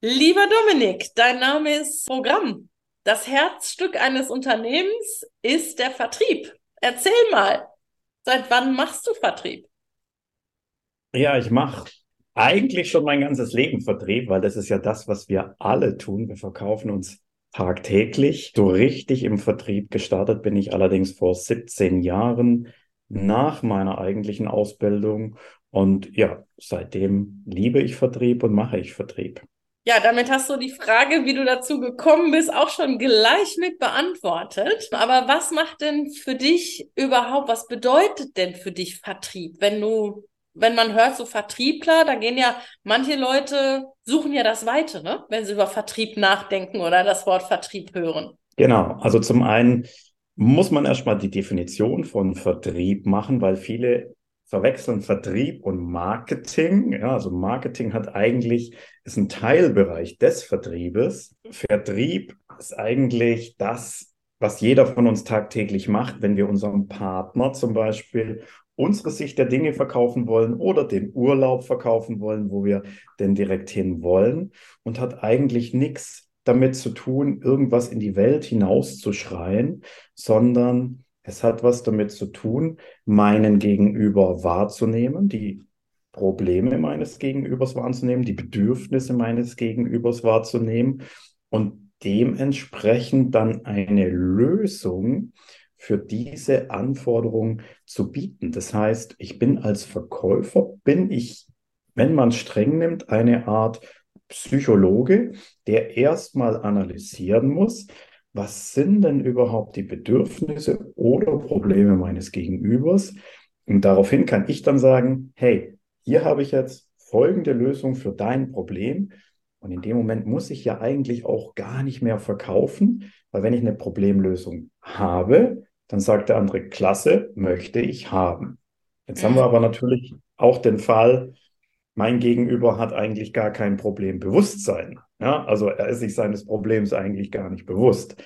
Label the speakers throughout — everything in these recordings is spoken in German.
Speaker 1: Lieber Dominik, dein Name ist Programm. Das Herzstück eines Unternehmens ist der Vertrieb. Erzähl mal, seit wann machst du Vertrieb?
Speaker 2: Ja, ich mache eigentlich schon mein ganzes Leben Vertrieb, weil das ist ja das, was wir alle tun. Wir verkaufen uns tagtäglich. So richtig im Vertrieb gestartet bin ich allerdings vor 17 Jahren nach meiner eigentlichen Ausbildung. Und ja, seitdem liebe ich Vertrieb und mache ich Vertrieb.
Speaker 1: Ja, damit hast du die Frage, wie du dazu gekommen bist, auch schon gleich mit beantwortet. Aber was macht denn für dich überhaupt, was bedeutet denn für dich Vertrieb? Wenn man hört so Vertriebler, da gehen ja manche Leute suchen ja das Weite, ne? Wenn sie über Vertrieb nachdenken oder das Wort Vertrieb hören.
Speaker 2: Genau, also zum einen muss man erstmal die Definition von Vertrieb machen, weil viele verwechseln Vertrieb und Marketing. Ja, also Marketing ist ein Teilbereich des Vertriebes. Vertrieb ist eigentlich das, was jeder von uns tagtäglich macht, wenn wir unserem Partner zum Beispiel unsere Sicht der Dinge verkaufen wollen oder den Urlaub verkaufen wollen, wo wir denn direkt hin wollen, und hat eigentlich nichts damit zu tun, irgendwas in die Welt hinauszuschreien, sondern es hat was damit zu tun, meinen Gegenüber wahrzunehmen, die Probleme meines Gegenübers wahrzunehmen, die Bedürfnisse meines Gegenübers wahrzunehmen und dementsprechend dann eine Lösung für diese Anforderung zu bieten. Das heißt, ich bin als Verkäufer, bin ich, wenn man streng nimmt, eine Art Psychologe, der erstmal analysieren muss, was sind denn überhaupt die Bedürfnisse oder Probleme meines Gegenübers? Und daraufhin kann ich dann sagen, hey, hier habe ich jetzt folgende Lösung für dein Problem. Und in dem Moment muss ich ja eigentlich auch gar nicht mehr verkaufen, weil wenn ich eine Problemlösung habe, dann sagt der andere, klasse, möchte ich haben. Jetzt haben wir aber natürlich auch den Fall, mein Gegenüber hat eigentlich gar kein Problembewusstsein. Ja, also er ist sich seines Problems eigentlich gar nicht bewusst.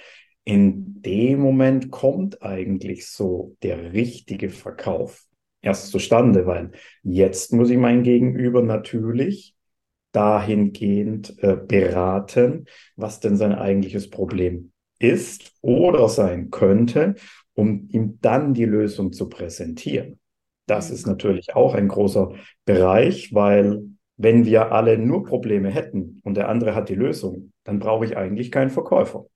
Speaker 2: In dem Moment kommt eigentlich so der richtige Verkauf erst zustande, weil jetzt muss ich mein Gegenüber natürlich dahingehend beraten, was denn sein eigentliches Problem ist oder sein könnte, um ihm dann die Lösung zu präsentieren. Das ist
Speaker 1: Mhm.
Speaker 2: natürlich auch ein großer Bereich, weil wenn wir alle nur Probleme hätten und der andere hat die Lösung, dann brauche ich eigentlich keinen Verkäufer.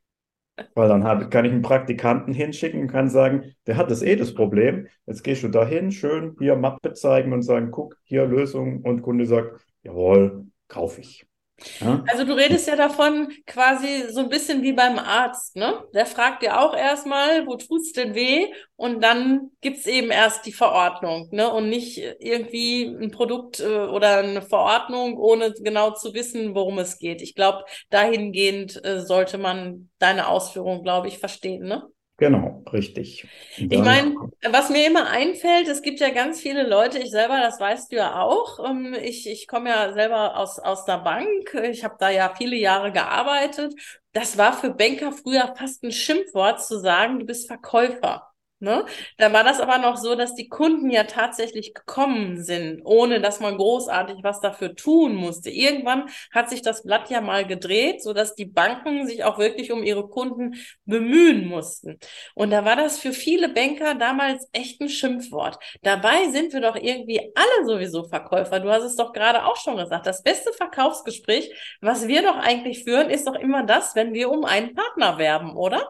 Speaker 2: Weil kann ich einen Praktikanten hinschicken und kann sagen, der hat das Problem. Jetzt gehst du dahin, schön hier Mappe zeigen und sagen, guck, hier Lösung. Und Kunde sagt, jawohl, kaufe ich. Ja?
Speaker 1: Also du redest ja davon quasi so ein bisschen wie beim Arzt, ne? Der fragt ja auch erstmal, wo tut's denn weh? Und dann gibt's eben erst die Verordnung, ne? Und nicht irgendwie ein Produkt oder eine Verordnung, ohne genau zu wissen, worum es geht. Ich glaube, dahingehend sollte man deine Ausführung, glaube ich, verstehen, ne?
Speaker 2: Genau, richtig. Und
Speaker 1: Ich
Speaker 2: dann,
Speaker 1: meine, was mir immer einfällt, es gibt ja ganz viele Leute, ich selber, das weißt du ja auch, ich komme ja selber aus der Bank, ich habe da ja viele Jahre gearbeitet. Das war für Banker früher fast ein Schimpfwort zu sagen, du bist Verkäufer. Ne? Da war das aber noch so, dass die Kunden ja tatsächlich gekommen sind, ohne dass man großartig was dafür tun musste. Irgendwann hat sich das Blatt ja mal gedreht, sodass die Banken sich auch wirklich um ihre Kunden bemühen mussten. Und da war das für viele Banker damals echt ein Schimpfwort. Dabei sind wir doch irgendwie alle sowieso Verkäufer. Du hast es doch gerade auch schon gesagt. Das beste Verkaufsgespräch, was wir doch eigentlich führen, ist doch immer das, wenn wir um einen Partner werben, oder?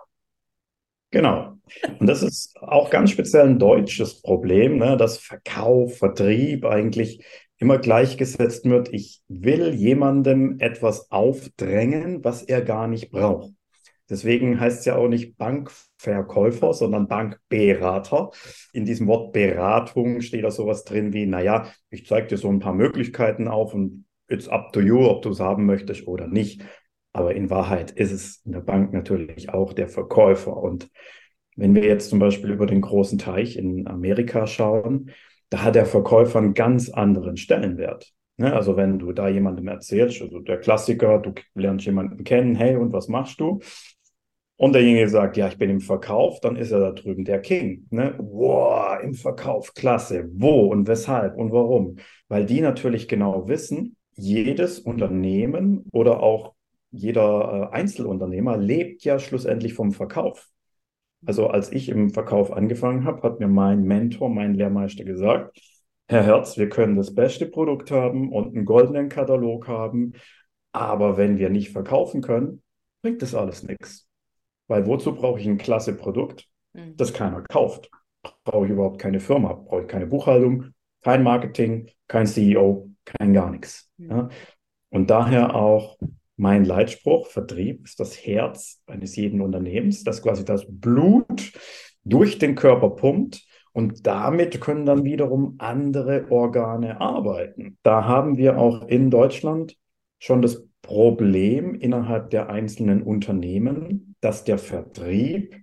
Speaker 2: genau. Und das ist auch ganz speziell ein deutsches Problem, ne, dass Verkauf, Vertrieb eigentlich immer gleichgesetzt wird. Ich will jemandem etwas aufdrängen, was er gar nicht braucht. Deswegen heißt es ja auch nicht Bankverkäufer, sondern Bankberater. In diesem Wort Beratung steht da sowas drin wie, naja, ich zeige dir so ein paar Möglichkeiten auf und it's up to you, ob du es haben möchtest oder nicht. Aber in Wahrheit ist es in der Bank natürlich auch der Verkäufer. Und wenn wir jetzt zum Beispiel über den großen Teich in Amerika schauen, da hat der Verkäufer einen ganz anderen Stellenwert. Ne? Also wenn du da jemandem erzählst, also der Klassiker, du lernst jemanden kennen, hey, und was machst du? Und derjenige sagt, ja, ich bin im Verkauf, dann ist er da drüben der King. Ne? Wow, im Verkauf, klasse. Wo und weshalb und warum? Weil die natürlich genau wissen, jedes Unternehmen oder auch jeder Einzelunternehmer lebt ja schlussendlich vom Verkauf. Also als ich im Verkauf angefangen habe, hat mir mein Mentor, mein Lehrmeister gesagt, Herr Herz, wir können das beste Produkt haben und einen goldenen Katalog haben, aber wenn wir nicht verkaufen können, bringt das alles nichts. Weil wozu brauche ich ein klasse Produkt,
Speaker 1: Mhm.
Speaker 2: das keiner kauft? Brauche ich überhaupt keine Firma, brauche ich keine Buchhaltung, kein Marketing, kein CEO, kein gar nichts. Ja? Und daher auch mein Leitspruch, Vertrieb ist das Herz eines jeden Unternehmens, das quasi das Blut durch den Körper pumpt und damit können dann wiederum andere Organe arbeiten. Da haben wir auch in Deutschland schon das Problem innerhalb der einzelnen Unternehmen, dass der Vertrieb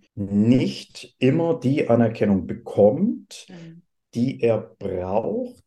Speaker 2: nicht immer die Anerkennung bekommt,
Speaker 1: Mhm.
Speaker 2: die er braucht,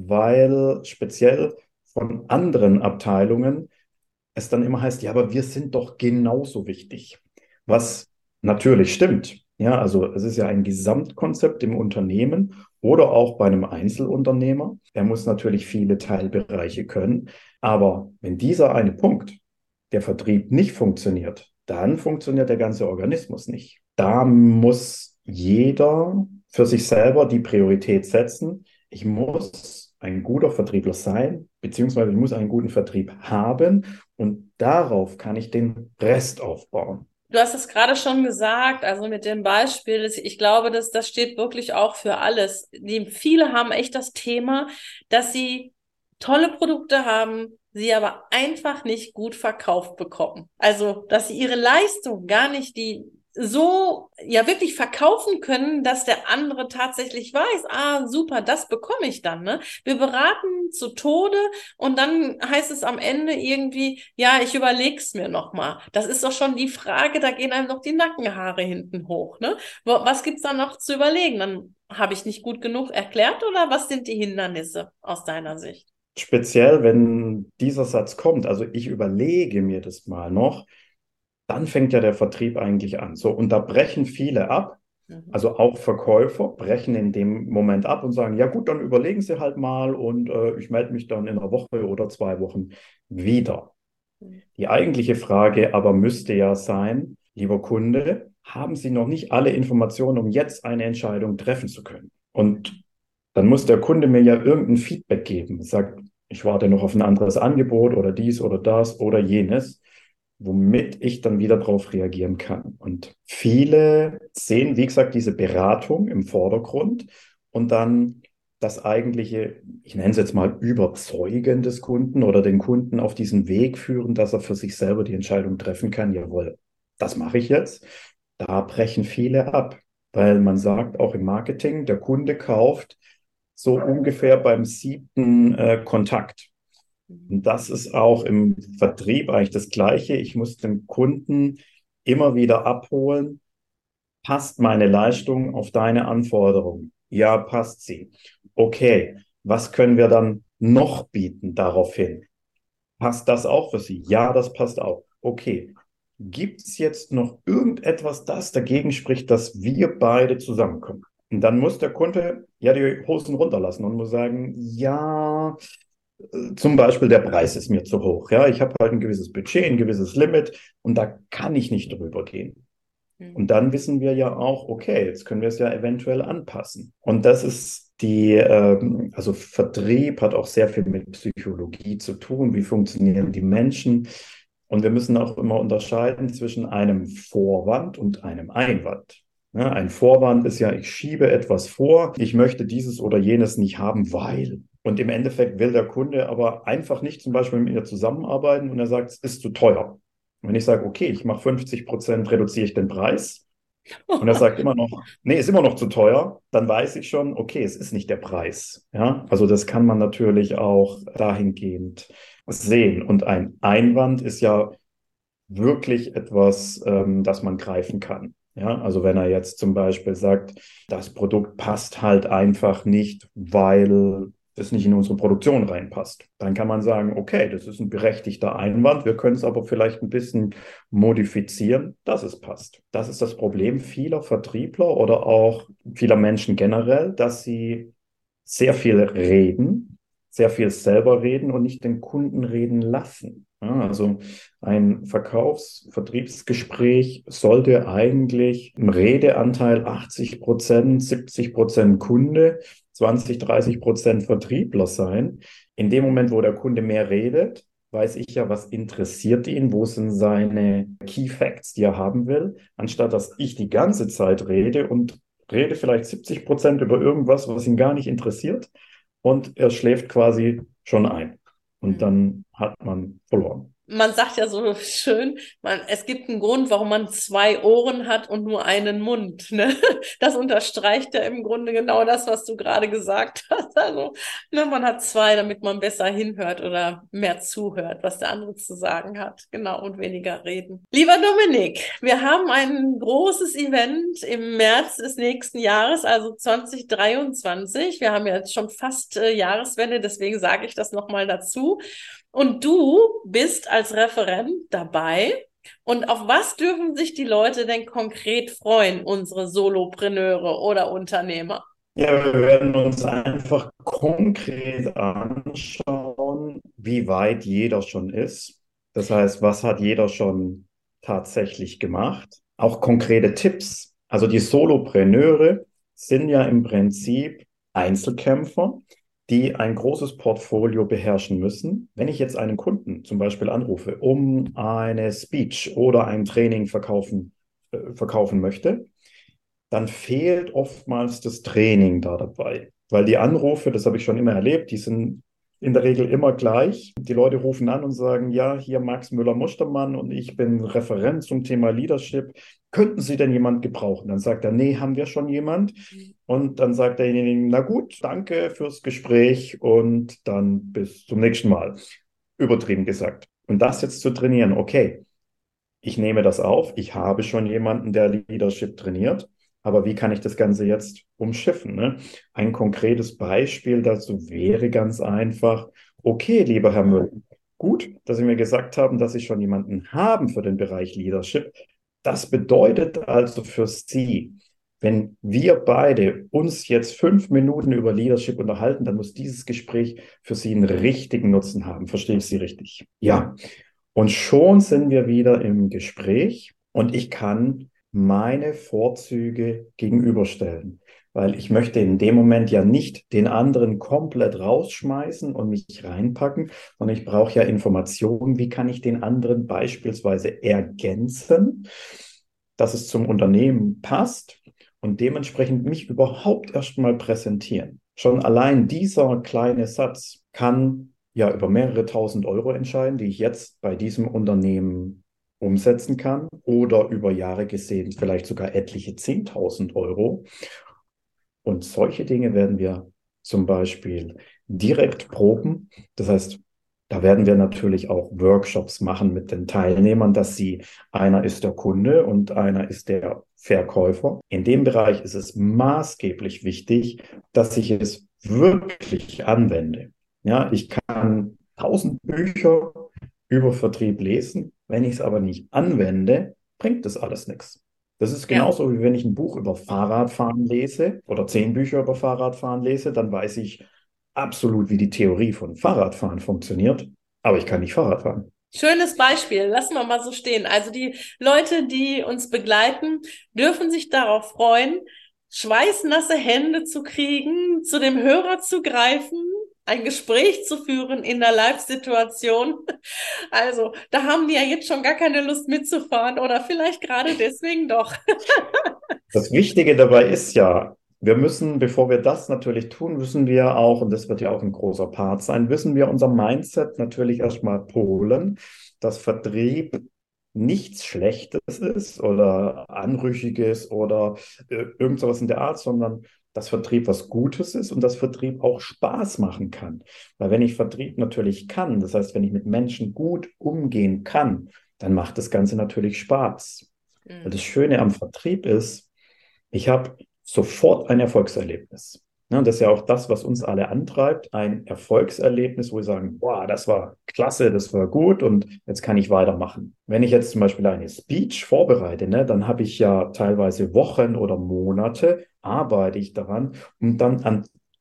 Speaker 2: weil speziell von anderen Abteilungen es dann immer heißt, ja, aber wir sind doch genauso wichtig. Was natürlich stimmt. Ja, also es ist ja ein Gesamtkonzept im Unternehmen oder auch bei einem Einzelunternehmer. Er muss natürlich viele Teilbereiche können. Aber wenn dieser eine Punkt, der Vertrieb nicht funktioniert, dann funktioniert der ganze Organismus nicht. Da muss jeder für sich selber die Priorität setzen. Ich muss ein guter Vertriebler sein, beziehungsweise ich muss einen guten Vertrieb haben und darauf kann ich den Rest aufbauen.
Speaker 1: Du hast es gerade schon gesagt, also mit dem Beispiel, ich glaube, das steht wirklich auch für alles. Viele haben echt das Thema, dass sie tolle Produkte haben, sie aber einfach nicht gut verkauft bekommen. Also, dass sie ihre Leistung gar nicht die so ja wirklich verkaufen können, dass der andere tatsächlich weiß, ah, super, das bekomme ich dann, ne? Wir beraten zu Tode und dann heißt es am Ende irgendwie, ja, ich überleg's mir noch mal. Das ist doch schon die Frage, da gehen einem doch die Nackenhaare hinten hoch, ne? Was gibt's da noch zu überlegen? Dann habe ich nicht gut genug erklärt oder was sind die Hindernisse aus deiner Sicht?
Speaker 2: Speziell, wenn dieser Satz kommt, also ich überlege mir das mal noch, dann fängt ja der Vertrieb eigentlich an. So, und da brechen viele ab,
Speaker 1: Mhm.
Speaker 2: also auch Verkäufer brechen in dem Moment ab und sagen, ja gut, dann überlegen Sie halt mal und ich melde mich dann in einer Woche oder 2 Wochen wieder. Die eigentliche Frage aber müsste ja sein, lieber Kunde, haben Sie noch nicht alle Informationen, um jetzt eine Entscheidung treffen zu können? Und dann muss der Kunde mir ja irgendein Feedback geben. Sagt, ich warte noch auf ein anderes Angebot oder dies oder das oder jenes, womit ich dann wieder darauf reagieren kann. Und viele sehen, wie gesagt, diese Beratung im Vordergrund und dann das eigentliche, ich nenne es jetzt mal Überzeugen des Kunden oder den Kunden auf diesen Weg führen, dass er für sich selber die Entscheidung treffen kann, jawohl, das mache ich jetzt. Da brechen viele ab, weil man sagt auch im Marketing, der Kunde kauft so ungefähr beim 7. Kontakt. Und das ist auch im Vertrieb eigentlich das Gleiche. Ich muss den Kunden immer wieder abholen. Passt meine Leistung auf deine Anforderungen? Ja, passt sie. Okay, was können wir dann noch bieten daraufhin? Passt das auch für Sie? Ja, das passt auch. Okay. Gibt es jetzt noch irgendetwas, das dagegen spricht, dass wir beide zusammenkommen? Und dann muss der Kunde ja die Hosen runterlassen und muss sagen, ja, zum Beispiel der Preis ist mir zu hoch. Ja, ich habe halt ein gewisses Budget, ein gewisses Limit und da kann ich nicht drüber gehen. Und
Speaker 1: Mhm.
Speaker 2: dann wissen wir ja auch, okay, jetzt können wir es ja eventuell anpassen. Und das ist also Vertrieb hat auch sehr viel mit Psychologie zu tun. Wie funktionieren die Menschen? Und wir müssen auch immer unterscheiden zwischen einem Vorwand und einem Einwand. Ja, ein Vorwand ist ja, ich schiebe etwas vor, ich möchte dieses oder jenes nicht haben, weil. Und im Endeffekt will der Kunde aber einfach nicht zum Beispiel mit mir zusammenarbeiten und er sagt, es ist zu teuer. Wenn ich sage, okay, ich mache 50%, reduziere ich den Preis und er sagt immer noch, nee, ist immer noch zu teuer, dann weiß ich schon, okay, es ist nicht der Preis. Ja, also das kann man natürlich auch dahingehend sehen. Und ein Einwand ist ja wirklich etwas, das man greifen kann. Ja, also wenn er jetzt zum Beispiel sagt, das Produkt passt halt einfach nicht, weil es nicht in unsere Produktion reinpasst, dann kann man sagen, okay, das ist ein berechtigter Einwand, wir können es aber vielleicht ein bisschen modifizieren, dass es passt. Das ist das Problem vieler Vertriebler oder auch vieler Menschen generell, dass sie sehr viel reden, sehr viel selber reden und nicht den Kunden reden lassen. Ja, also ein Vertriebsgespräch sollte eigentlich im Redeanteil 80%, 70% Kunde, 20, 30% Vertriebler sein. In dem Moment, wo der Kunde mehr redet, weiß ich ja, was interessiert ihn, wo sind seine Key Facts, die er haben will, anstatt dass ich die ganze Zeit rede und rede vielleicht 70% über irgendwas, was ihn gar nicht interessiert und er schläft quasi schon ein. Und dann hat man verloren.
Speaker 1: Man sagt ja so schön, es gibt einen Grund, warum man zwei Ohren hat und nur einen Mund. Ne? Das unterstreicht ja im Grunde genau das, was du gerade gesagt hast. Also, ne, man hat zwei, damit man besser hinhört oder mehr zuhört, was der andere zu sagen hat. Genau, und weniger reden. Lieber Dominik, wir haben ein großes Event im März des nächsten Jahres, also 2023. Wir haben ja jetzt schon fast Jahreswende, deswegen sage ich das nochmal dazu. Und du bist als Referent dabei. Und auf was dürfen sich die Leute denn konkret freuen, unsere Solopreneure oder Unternehmer?
Speaker 2: Ja, wir werden uns einfach konkret anschauen, wie weit jeder schon ist. Das heißt, was hat jeder schon tatsächlich gemacht? Auch konkrete Tipps. Also die Solopreneure sind ja im Prinzip Einzelkämpfer, die ein großes Portfolio beherrschen müssen. Wenn ich jetzt einen Kunden zum Beispiel anrufe, um eine Speech oder ein Training verkaufen möchte, dann fehlt oftmals das Training da dabei. Weil die Anrufe, das habe ich schon immer erlebt, die sind in der Regel immer gleich. Die Leute rufen an und sagen, ja, hier Max Müller-Mustermann und ich bin Referent zum Thema Leadership. Könnten Sie denn jemand gebrauchen? Dann sagt er, nee, haben wir schon jemand. Und dann sagt derjenige, na gut, danke fürs Gespräch und dann bis zum nächsten Mal. Übertrieben gesagt. Und das jetzt zu trainieren, okay, ich nehme das auf, ich habe schon jemanden, der Leadership trainiert, aber wie kann ich das Ganze jetzt umschiffen? Ne? Ein konkretes Beispiel dazu wäre ganz einfach, okay, lieber Herr Müller, gut, dass Sie mir gesagt haben, dass Sie schon jemanden haben für den Bereich Leadership. Das bedeutet also für Sie, wenn wir beide uns jetzt 5 Minuten über Leadership unterhalten, dann muss dieses Gespräch für Sie einen richtigen Nutzen haben. Verstehe ich Sie richtig? Ja. Und schon sind wir wieder im Gespräch und ich kann meine Vorzüge gegenüberstellen, weil ich möchte in dem Moment ja nicht den anderen komplett rausschmeißen und mich reinpacken, sondern ich brauche ja Informationen, wie kann ich den anderen beispielsweise ergänzen, dass es zum Unternehmen passt und dementsprechend mich überhaupt erstmal präsentieren. Schon allein dieser kleine Satz kann ja über mehrere tausend Euro entscheiden, die ich jetzt bei diesem Unternehmen umsetzen kann oder über Jahre gesehen vielleicht sogar etliche 10.000 Euro. Und solche Dinge werden wir zum Beispiel direkt proben. Das heißt, da werden wir natürlich auch Workshops machen mit den Teilnehmern, dass einer ist der Kunde und einer ist der Verkäufer. In dem Bereich ist es maßgeblich wichtig, dass ich es wirklich anwende. Ja, ich kann 1.000 Bücher über Vertrieb lesen. Wenn ich es aber nicht anwende, bringt das alles nichts. Das ist
Speaker 1: Ja.
Speaker 2: genauso, wie wenn ich ein Buch über Fahrradfahren lese oder 10 Bücher über Fahrradfahren lese, dann weiß ich absolut, wie die Theorie von Fahrradfahren funktioniert, aber ich kann nicht Fahrrad fahren.
Speaker 1: Schönes Beispiel. Lassen wir mal so stehen. Also die Leute, die uns begleiten, dürfen sich darauf freuen, schweißnasse Hände zu kriegen, zu dem Hörer zu greifen, ein Gespräch zu führen in der Live-Situation. Also, da haben die ja jetzt schon gar keine Lust mitzufahren oder vielleicht gerade deswegen doch.
Speaker 2: Das Wichtige dabei ist ja, wir müssen, bevor wir das natürlich tun, müssen wir auch, und das wird ja auch ein großer Part sein, müssen wir unser Mindset natürlich erstmal polen, dass Vertrieb nichts Schlechtes ist oder Anrüchiges oder irgend sowas in der Art, sondern dass Vertrieb was Gutes ist und dass Vertrieb auch Spaß machen kann. Weil wenn ich Vertrieb natürlich kann, das heißt, wenn ich mit Menschen gut umgehen kann, dann macht das Ganze natürlich Spaß. Weil das
Speaker 1: Mhm.
Speaker 2: Schöne am Vertrieb ist, ich habe sofort ein Erfolgserlebnis. Ja, und das ist ja auch das, was uns alle antreibt, ein Erfolgserlebnis, wo wir sagen, boah, das war klasse, das war gut und jetzt kann ich weitermachen. Wenn ich jetzt zum Beispiel eine Speech vorbereite, ne, dann habe ich ja teilweise Wochen oder Monate, arbeite ich daran, um dann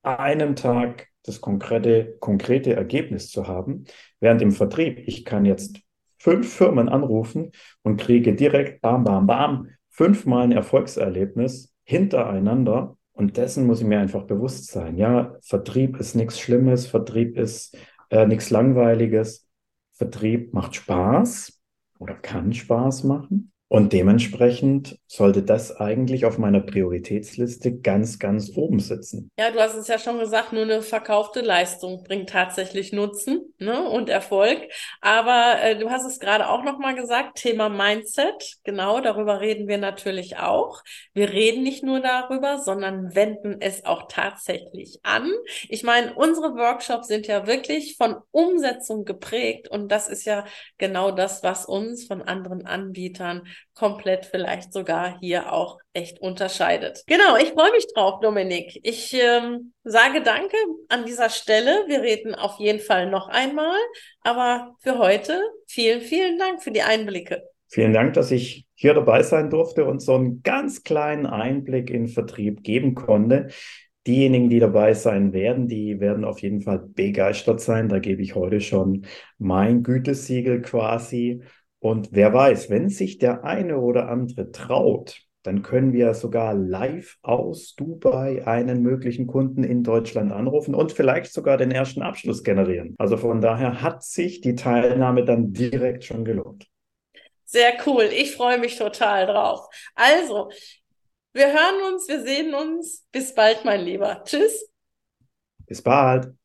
Speaker 2: einem Tag das konkrete Ergebnis zu haben, während im Vertrieb, ich kann jetzt 5 Firmen anrufen und kriege direkt, bam, bam, bam, 5-mal ein Erfolgserlebnis hintereinander. Und dessen muss ich mir einfach bewusst sein. Ja, Vertrieb ist nichts Schlimmes, Vertrieb ist nichts Langweiliges. Vertrieb macht Spaß oder kann Spaß machen. Und dementsprechend sollte das eigentlich auf meiner Prioritätsliste ganz, ganz oben sitzen.
Speaker 1: Ja, du hast es ja schon gesagt, nur eine verkaufte Leistung bringt tatsächlich Nutzen, ne, und Erfolg. Aber du hast es gerade auch nochmal gesagt, Thema Mindset. Genau, darüber reden wir natürlich auch. Wir reden nicht nur darüber, sondern wenden es auch tatsächlich an. Ich meine, unsere Workshops sind ja wirklich von Umsetzung geprägt und das ist ja genau das, was uns von anderen Anbietern komplett vielleicht sogar hier auch echt unterscheidet. Genau, ich freue mich drauf, Dominik. Ich sage danke an dieser Stelle. Wir reden auf jeden Fall noch einmal, aber für heute vielen, vielen Dank für die Einblicke.
Speaker 2: Vielen Dank, dass ich hier dabei sein durfte und so einen ganz kleinen Einblick in Vertrieb geben konnte. Diejenigen, die dabei sein werden, die werden auf jeden Fall begeistert sein. Da gebe ich heute schon mein Gütesiegel quasi. Und wer weiß, wenn sich der eine oder andere traut, dann können wir sogar live aus Dubai einen möglichen Kunden in Deutschland anrufen und vielleicht sogar den ersten Abschluss generieren. Also von daher hat sich die Teilnahme dann direkt schon gelohnt.
Speaker 1: Sehr cool. Ich freue mich total drauf. Also, wir hören uns, wir sehen uns. Bis bald, mein Lieber. Tschüss.
Speaker 2: Bis bald.